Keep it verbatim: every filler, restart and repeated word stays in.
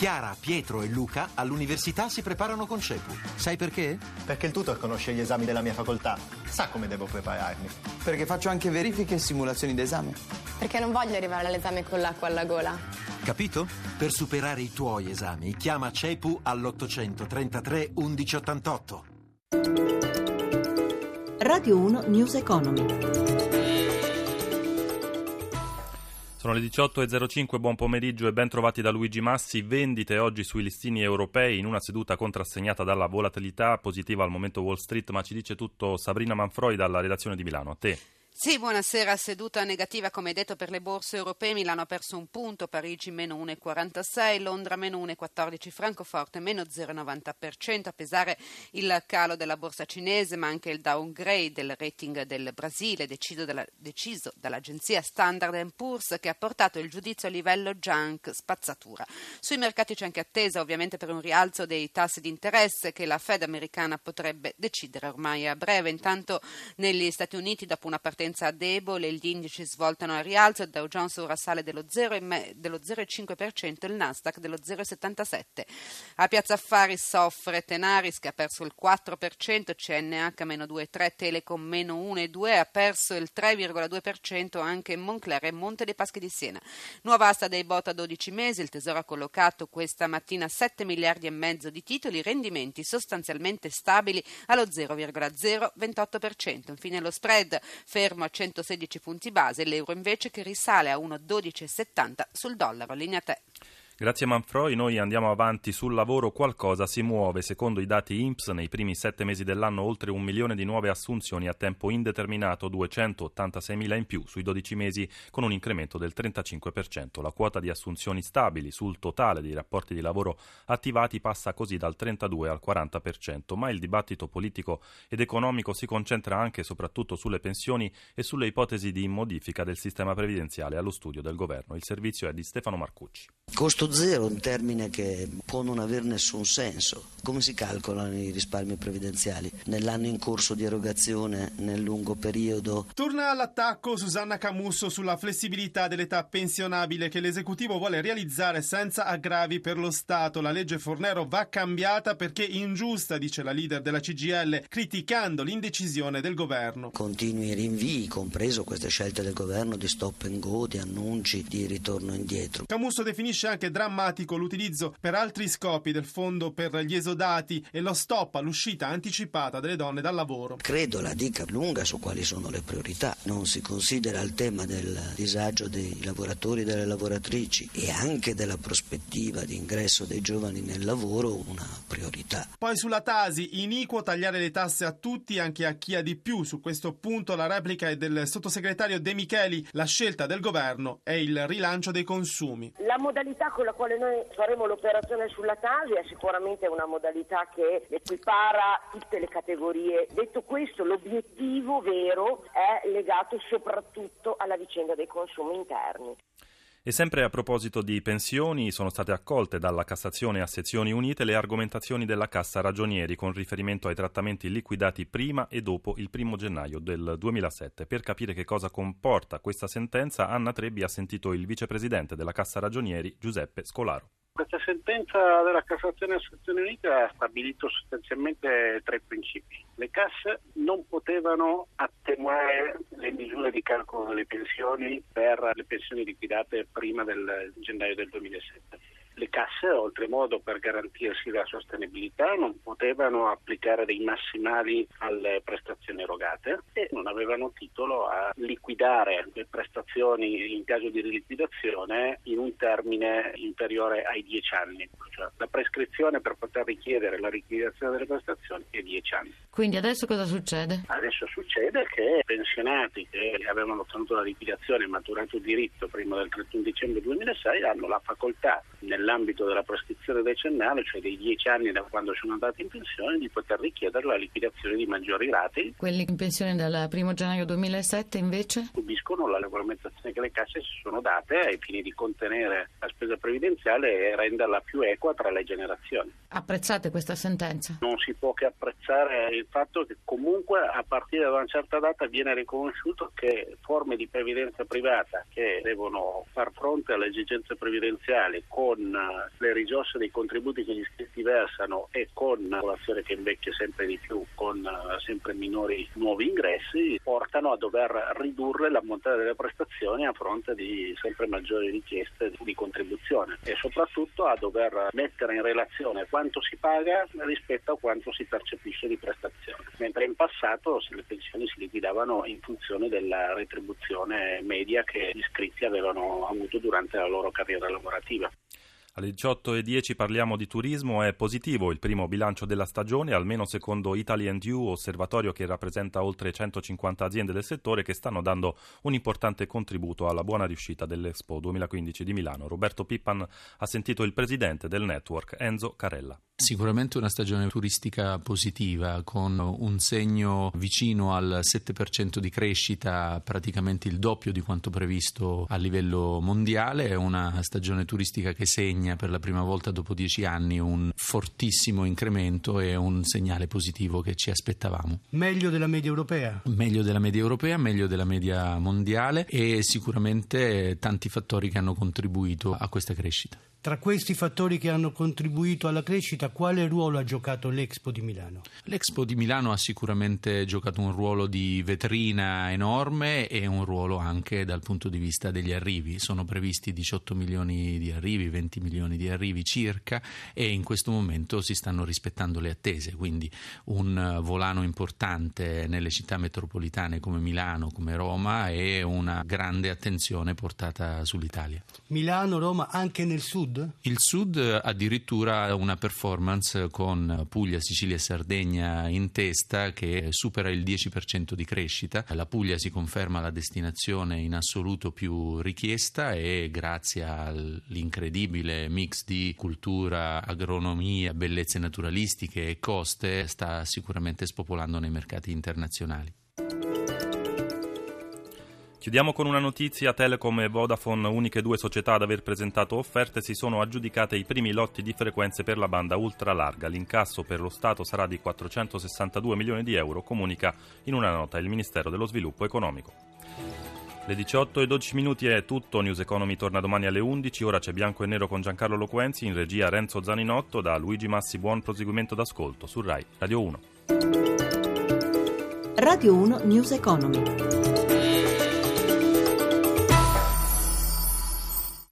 Chiara, Pietro e Luca all'università si preparano con CEPU. Sai perché? Perché il tutor conosce gli esami della mia facoltà. Sa come devo prepararmi. Perché faccio anche verifiche e simulazioni d'esame. Perché non voglio arrivare all'esame con l'acqua alla gola. Capito? Per superare i tuoi esami, chiama CEPU all'ottocentotrentatré undici ottantotto. Radio uno News Economy. Sono le diciotto e zero cinque, buon pomeriggio e ben trovati da Luigi Massi. Vendite oggi sui listini europei in una seduta contrassegnata dalla volatilità positiva al momento Wall Street, ma ci dice tutto Sabrina Manfroi dalla redazione di Milano. A te. Sì, buonasera. Seduta negativa come detto per le borse europee. Milano ha perso un punto, Parigi meno uno virgola quarantasei, Londra meno uno virgola quattordici, Francoforte meno zero virgola novanta per cento. A pesare il calo della borsa cinese, ma anche il downgrade del rating del Brasile deciso, dalla, deciso dall'agenzia Standard and Poor's, che ha portato il giudizio a livello junk, spazzatura. Sui mercati c'è anche attesa ovviamente per un rialzo dei tassi di interesse che la Fed americana potrebbe decidere ormai a breve. Intanto negli Stati Uniti, dopo una partenza debole, gli indici svoltano al rialzo, il Dow Jones ora sale dello zero virgola cinque per cento, il Nasdaq dello zero virgola settantasette. A Piazza Affari soffre Tenaris che ha perso il quattro per cento, C N H meno due virgola tre, Telecom meno uno virgola due, ha perso il tre virgola due per cento anche Moncler e Monte dei Paschi di Siena. Nuova asta dei bot a dodici mesi, il Tesoro ha collocato questa mattina sette miliardi e mezzo di titoli, rendimenti sostanzialmente stabili allo zero virgola zero ventotto per cento. Infine lo spread fermo a centosedici punti base, l'euro invece che risale a uno virgola dodici settanta sul dollaro. Linea a te. Grazie Manfroi, noi andiamo avanti. Sul lavoro qualcosa si muove. Secondo i dati I N P S, nei primi sette mesi dell'anno oltre un milione di nuove assunzioni a tempo indeterminato, duecentottantaseimila in più sui dodici mesi, con un incremento del trentacinque per cento. La quota di assunzioni stabili sul totale dei rapporti di lavoro attivati passa così dal trentadue al quaranta per cento, ma il dibattito politico ed economico si concentra anche e soprattutto sulle pensioni e sulle ipotesi di modifica del sistema previdenziale allo studio del governo. Il servizio è di Stefano Marcucci. Costo zero è un termine che può non aver nessun senso. Come si calcolano i risparmi previdenziali? Nell'anno in corso di erogazione, nel lungo periodo? Torna all'attacco Susanna Camusso sulla flessibilità dell'età pensionabile che l'esecutivo vuole realizzare senza aggravi per lo Stato. La legge Fornero va cambiata perché ingiusta, dice la leader della C G I L, criticando l'indecisione del governo. Continui rinvii, compreso queste scelte del governo di stop and go, di annunci, di ritorno indietro. Camusso definisce anche drammatico l'utilizzo per altri scopi del fondo per gli esodati e lo stop all'uscita anticipata delle donne dal lavoro. Credo la dica lunga su quali sono le priorità. Non si considera il tema del disagio dei lavoratori e delle lavoratrici e anche della prospettiva di ingresso dei giovani nel lavoro una priorità. Poi sulla Tasi, iniquo tagliare le tasse a tutti, anche a chi ha di più. Su questo punto la replica è del sottosegretario De Micheli. La scelta del governo è il rilancio dei consumi. La modalità con la quale noi faremo l'operazione sulla Tasi è sicuramente una modalità che equipara tutte le categorie. Detto questo, l'obiettivo vero è legato soprattutto alla vicenda dei consumi interni. E sempre a proposito di pensioni, sono state accolte dalla Cassazione a sezioni unite le argomentazioni della Cassa Ragionieri con riferimento ai trattamenti liquidati prima e dopo il primo gennaio del duemilasette. Per capire che cosa comporta questa sentenza, Anna Trebbi ha sentito il vicepresidente della Cassa Ragionieri, Giuseppe Scolaro. Questa sentenza della Cassazione a sezioni unite ha stabilito sostanzialmente tre principi. Le casse non potevano attenuare le misure di calcolo delle pensioni per le pensioni liquidate prima del gennaio del duemilasette. Le casse, oltremodo, per garantirsi la sostenibilità, non potevano applicare dei massimali alle prestazioni erogate e non avevano titolo a liquidare le prestazioni in caso di riliquidazione in un termine inferiore ai dieci anni. Cioè, la prescrizione per poter richiedere la liquidazione delle prestazioni è dieci anni. Quindi adesso cosa succede? Adesso succede che pensionati che avevano ottenuto la liquidazione e maturato il diritto prima del trentuno dicembre duemilasei hanno la facoltà, nell'ambito della prescrizione decennale, cioè dei dieci anni da quando sono andati in pensione, di poter richiedere la liquidazione di maggiori rate. Quelli in pensione dal primo gennaio duemilasette invece subiscono la regolamentazione che le casse si sono date ai fini di contenere la spesa previdenziale e renderla più equa tra le generazioni. Apprezzate questa sentenza? Non si può che apprezzare il fatto che comunque a partire da una certa data viene riconosciuto che forme di previdenza privata che devono far fronte alle esigenze previdenziali con le risorse dei contributi che gli iscritti versano e con una popolazione che invecchia sempre di più, con uh, sempre minori nuovi ingressi, portano a dover ridurre l'ammontare delle prestazioni a fronte di sempre maggiori richieste di contribuzione e soprattutto a dover mettere in relazione quanto si paga rispetto a quanto si percepisce di prestazione, mentre in passato le pensioni si liquidavano in funzione della retribuzione media che gli iscritti avevano avuto durante la loro carriera lavorativa. Alle diciotto e dieci parliamo di turismo. È positivo il primo bilancio della stagione, almeno secondo Italy and You, osservatorio che rappresenta oltre centocinquanta aziende del settore che stanno dando un importante contributo alla buona riuscita dell'Expo duemilaquindici di Milano. Roberto Pippan ha sentito il presidente del network, Enzo Carella. Sicuramente una stagione turistica positiva, con un segno vicino al sette per cento di crescita, praticamente il doppio di quanto previsto a livello mondiale. È una stagione turistica che segna per la prima volta dopo dieci anni un fortissimo incremento e un segnale positivo che ci aspettavamo. Meglio della media europea? Meglio della media europea, meglio della media mondiale e sicuramente tanti fattori che hanno contribuito a questa crescita. Tra questi fattori che hanno contribuito alla crescita, quale ruolo ha giocato l'Expo di Milano? L'Expo di Milano ha sicuramente giocato un ruolo di vetrina enorme e un ruolo anche dal punto di vista degli arrivi. Sono previsti diciotto milioni di arrivi, venti milioni di arrivi circa, e in questo momento si stanno rispettando le attese, quindi un volano importante nelle città metropolitane come Milano, come Roma, e una grande attenzione portata sull'Italia. Milano, Roma, anche nel sud? Il sud addirittura una performance con Puglia, Sicilia e Sardegna in testa che supera il dieci per cento di crescita. La Puglia si conferma la destinazione in assoluto più richiesta e grazie all'incredibile mix di cultura, agronomia, bellezze naturalistiche e coste sta sicuramente spopolando nei mercati internazionali. Chiudiamo con una notizia. Telecom e Vodafone, uniche due società ad aver presentato offerte, si sono aggiudicate i primi lotti di frequenze per la banda ultralarga. L'incasso per lo Stato sarà di quattrocentosessantadue milioni di euro, comunica in una nota il Ministero dello Sviluppo Economico. Le diciotto e dodici minuti è tutto. News Economy torna domani alle undici. Ora c'è Bianco e Nero con Giancarlo Loquenzi, in regia Renzo Zaninotto. Da Luigi Massi buon proseguimento d'ascolto su Rai Radio uno. Radio uno News Economy.